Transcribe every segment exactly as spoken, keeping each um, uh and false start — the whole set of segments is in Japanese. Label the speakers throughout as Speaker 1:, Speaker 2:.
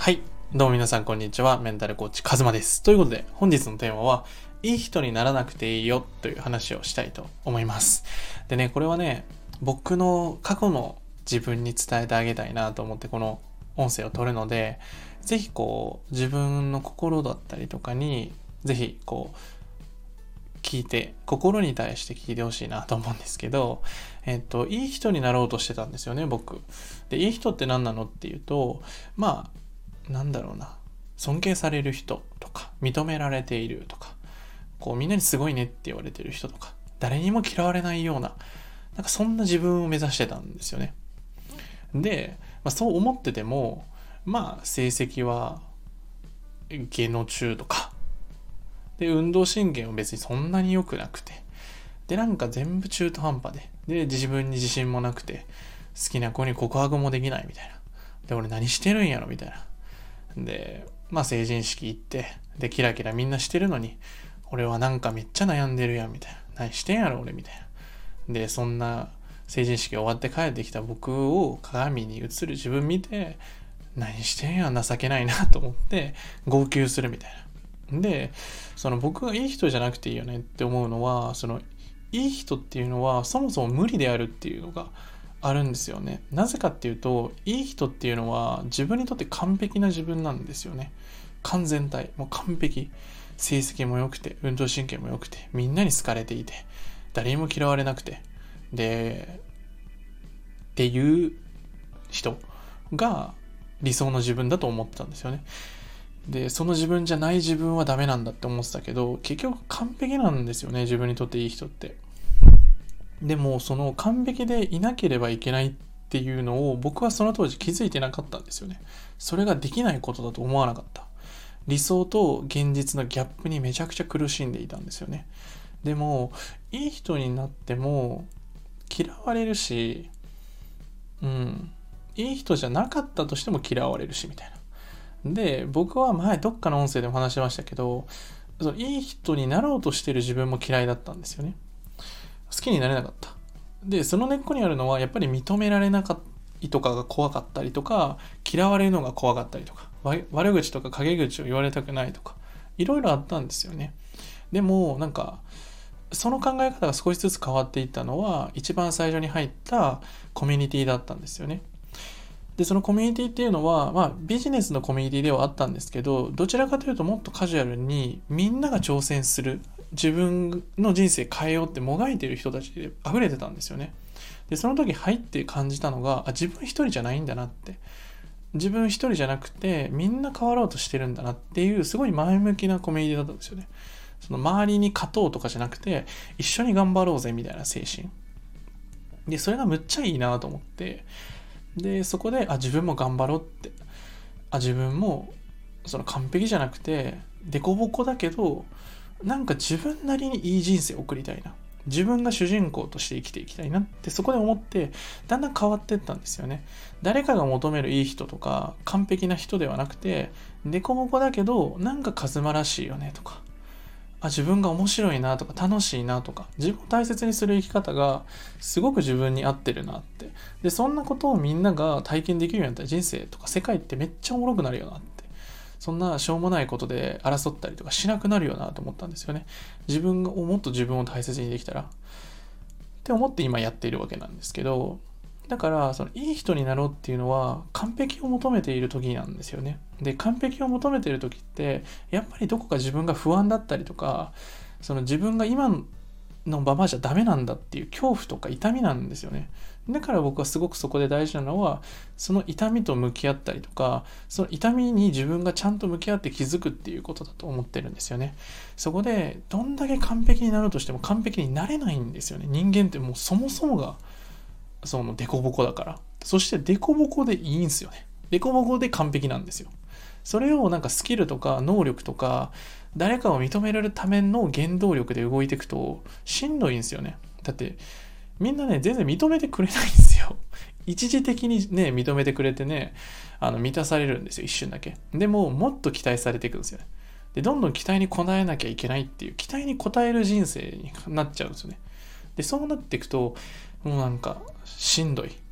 Speaker 1: はい。どうも皆さんこんにちは。メンタルコーチカズマです。ということで本日のテーマは、いい人にならなくていいよという話をしたいと思います。でね、これはね、僕の過去の自分に伝えてあげたいなと思ってこの音声を取るので、ぜひこう自分の心だったりとかに、ぜひこう聞いて、心に対して聞いてほしいなと思うんですけど、えっと、いい人になろうとしてたんですよね、僕。で、いい人って何なのっていうと、まあ、なんだろうな、尊敬される人とか認められているとか、こうみんなにすごいねって言われてる人とか、誰にも嫌われないような、なんかそんな自分を目指してたんですよね。で、まあ、そう思ってても、まあ成績は下の中とかで、運動神経も別にそんなに良くなくて、でなんか全部中途半端で、で自分に自信もなくて、好きな子に告白もできないみたいな。で俺何してるんやろみたいな。で、まあ成人式行って、で、キラキラみんなしてるのに、俺はなんかめっちゃ悩んでるやん、みたいな。何してんやろ、俺、みたいな。で、そんな成人式終わって帰ってきた僕を鏡に映る自分見て、何してんやん、情けないなと思って、号泣するみたいな。で、その僕がいい人じゃなくていいよねって思うのは、その、いい人っていうのはそもそも無理であるっていうのがあるんですよね。なぜかっていうと、いい人っていうのは自分にとって完璧な自分なんですよね。完全体、もう完璧。成績も良くて、運動神経も良くて、みんなに好かれていて、誰にも嫌われなくて、で、っていう人が理想の自分だと思ってたんですよね。で、その自分じゃない自分はダメなんだって思ってたけど、結局完璧なんですよね、自分にとっていい人って。でもその完璧でいなければいけないっていうのを僕はその当時気づいてなかったんですよね。それができないことだと思わなかった。理想と現実のギャップにめちゃくちゃ苦しんでいたんですよね。でもいい人になっても嫌われるし、うんいい人じゃなかったとしても嫌われるしみたいな。で、僕は前どっかの音声でも話しましたけど、そのいい人になろうとしてる自分も嫌いだったんですよね。好きになれなかった。で、その根っこにあるのはやっぱり認められなかったりとかが怖かったりとか、嫌われるのが怖かったりとか、悪口とか陰口を言われたくないとか、いろいろあったんですよね。でもなんかその考え方が少しずつ変わっていったのは、一番最初に入ったコミュニティだったんですよね。で、そのコミュニティっていうのは、まあビジネスのコミュニティではあったんですけど、どちらかというともっとカジュアルにみんなが挑戦する、自分の人生変えようってもがいてる人たちで溢れてたんですよね。で、その時入って感じたのが、あ、自分一人じゃないんだなって。自分一人じゃなくて、みんな変わろうとしてるんだなっていう、すごい前向きなコミュニティだったんですよね。その周りに勝とうとかじゃなくて、一緒に頑張ろうぜみたいな精神。で、それがむっちゃいいなと思って、で、そこで、あ、自分も頑張ろうって。あ、自分も、その完璧じゃなくて、デコボコだけど、なんか自分なりにいい人生を送りたいな。自分が主人公として生きていきたいなってそこで思って、だんだん変わっていったんですよね。誰かが求めるいい人とか、完璧な人ではなくて、デコボコだけど、なんかカズマらしいよねとか、あ、自分が面白いなとか楽しいなとか、自分を大切にする生き方がすごく自分に合ってるなって。で、そんなことをみんなが体験できるようになったら人生とか世界ってめっちゃおもろくなるよなって。そんなしょうもないことで争ったりとかしなくなるよなと思ったんですよね。自分がもっと自分を大切にできたら。って思って今やっているわけなんですけど、だからそのいい人になろうっていうのは完璧を求めている時なんですよね。で、完璧を求めている時ってやっぱりどこか自分が不安だったりとか、その自分が今のままじゃダメなんだっていう恐怖とか痛みなんですよね。だから僕はすごくそこで大事なのは、その痛みと向き合ったりとか、その痛みに自分がちゃんと向き合って気づくっていうことだと思ってるんですよね。そこでどんだけ完璧になろうとしても完璧になれないんですよね。人間ってもうそもそもがそのデコボコだから。そしてデコボコでいいんですよね。デコボコで完璧なんですよ。それをなんかスキルとか能力とか誰かを認められるための原動力で動いていくとしんどいんですよね。だってみんなね全然認めてくれないんですよ。一時的にね認めてくれてね、あの満たされるんですよ、一瞬だけ。でももっと期待されていくんですよね。でどんどん期待に応えなきゃいけないっていう期待に応える人生になっちゃうんですよね。でそうなっていくともうなんかしんどい。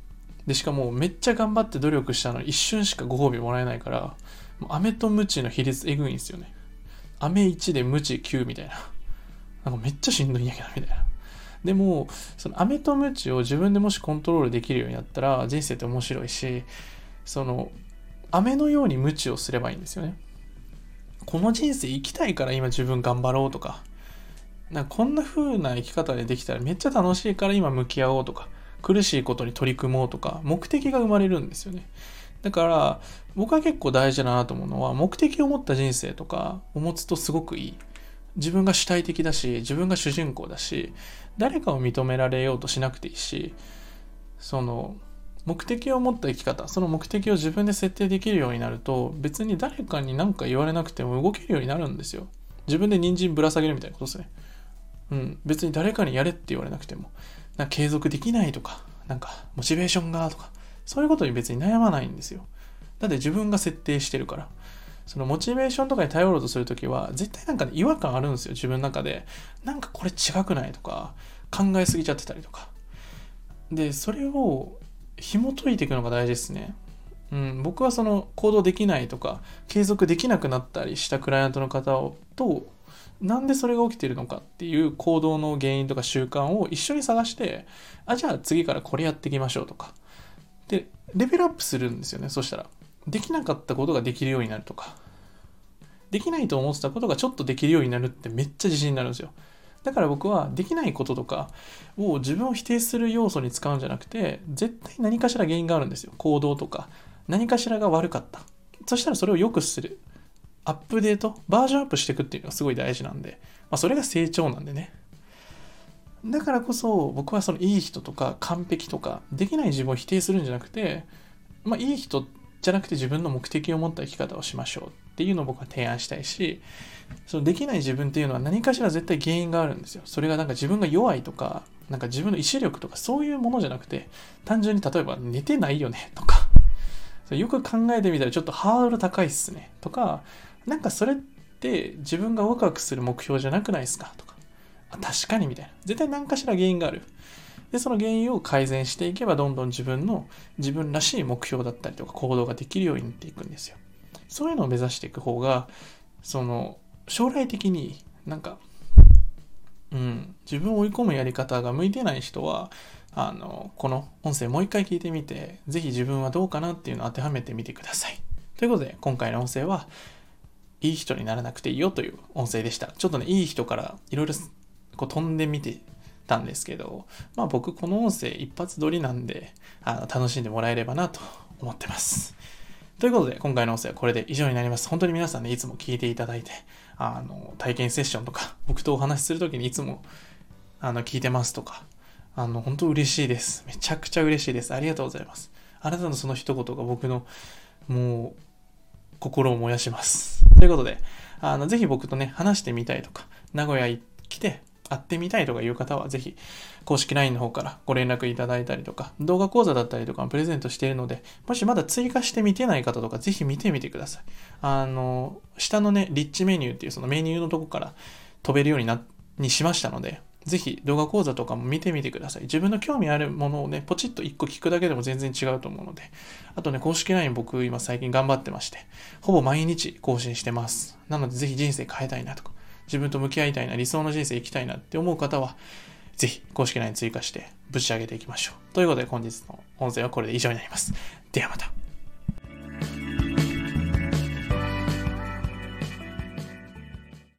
Speaker 1: で、しかもめっちゃ頑張って努力したのに一瞬しかご褒美もらえないから、もう飴とムチの比率えぐいんですよね。飴いちでムチきゅうみたいな。なんかめっちゃしんどいんやけど、みたいな。でも、その飴とムチを自分でもしコントロールできるようになったら、人生って面白いし、その、飴のようにムチをすればいいんですよね。この人生生きたいから今自分頑張ろうとか、なんかこんな風な生き方でできたらめっちゃ楽しいから今向き合おうとか、苦しいことに取り組もうとか、目的が生まれるんですよね。だから僕は結構大事だなと思うのは、目的を持った人生とかを持つとすごくいい。自分が主体的だし、自分が主人公だし、誰かを認められようとしなくていいし、その目的を持った生き方、その目的を自分で設定できるようになると、別に誰かに何か言われなくても動けるようになるんですよ。自分で人参ぶら下げるみたいなことですね。うん、別に誰かにやれって言われなくても、なんか継続できないとか、なんかモチベーションがとか、そういうことに別に悩まないんですよ。だって自分が設定してるから。そのモチベーションとかに頼ろうとするときは、絶対なんか、ね、違和感あるんですよ、自分の中で。なんかこれ違くないとか、考えすぎちゃってたりとか。で、それを紐解いていくのが大事ですね。うん、僕はその行動できないとか、継続できなくなったりしたクライアントの方をと、なんでそれが起きてるのかっていう行動の原因とか習慣を一緒に探して、あ、じゃあ次からこれやっていきましょうとか。で、レベルアップするんですよね、そしたら。できなかったことができるようになるとか。できないと思ってたことがちょっとできるようになるってめっちゃ自信になるんですよ。だから僕はできないこととかを自分を否定する要素に使うんじゃなくて、絶対何かしら原因があるんですよ。行動とか。何かしらが悪かった。そしたらそれを良くする。アップデート、バージョンアップしていくっていうのがすごい大事なんで、まあ、それが成長なんでね。だからこそ僕はそのいい人とか完璧とかできない自分を否定するんじゃなくて、まあいい人じゃなくて自分の目的を持った生き方をしましょうっていうのを僕は提案したいし、そのできない自分っていうのは何かしら絶対原因があるんですよ。それがなんか自分が弱いとか、なんか自分の意志力とかそういうものじゃなくて、単純に例えば寝てないよねとか、よく考えてみたらちょっとハードル高いっすねとか、なんかそれって自分がワクワクする目標じゃなくないですかとか、あ、確かにみたいな。絶対何かしら原因がある。で、その原因を改善していけばどんどん自分の自分らしい目標だったりとか行動ができるようになっていくんですよ。そういうのを目指していく方が、その将来的になんか、うん、自分を追い込むやり方が向いてない人は、あの、この音声もう一回聞いてみて、ぜひ自分はどうかなっていうのを当てはめてみてください。ということで、今回の音声は、いい人にならなくていいよという音声でした。ちょっとね、いい人からいろいろこう飛んでみてたんですけど、まあ僕この音声一発撮りなんで、あの楽しんでもらえればなと思ってます。ということで、今回の音声はこれで以上になります。本当に皆さんね、いつも聞いていただいて、あの、体験セッションとか、僕とお話しするときにいつも、あの、聞いてますとか、あの、本当嬉しいです。めちゃくちゃ嬉しいです。ありがとうございます。あなたのその一言が僕の、もう、心を燃やします。ということで、あの、ぜひ僕とね、話してみたいとか、名古屋に来て会ってみたいとかいう方は、ぜひ、公式 ライン の方からご連絡いただいたりとか、動画講座だったりとかもプレゼントしているので、もしまだ追加して見てない方とか、ぜひ見てみてください。あの、下のね、リッチメニューっていうそのメニューのとこから飛べるようにな、にしましたので、ぜひ動画講座とかも見てみてください。自分の興味あるものをね、ポチッといっこ聞くだけでも全然違うと思うので。あとね、公式 ライン 僕今最近頑張ってまして、ほぼ毎日更新してます。なのでぜひ人生変えたいなとか、自分と向き合いたいな、理想の人生生きたいなって思う方は、ぜひ公式 ライン 追加してぶち上げていきましょう。ということで本日の音声はこれで以上になります。ではまた。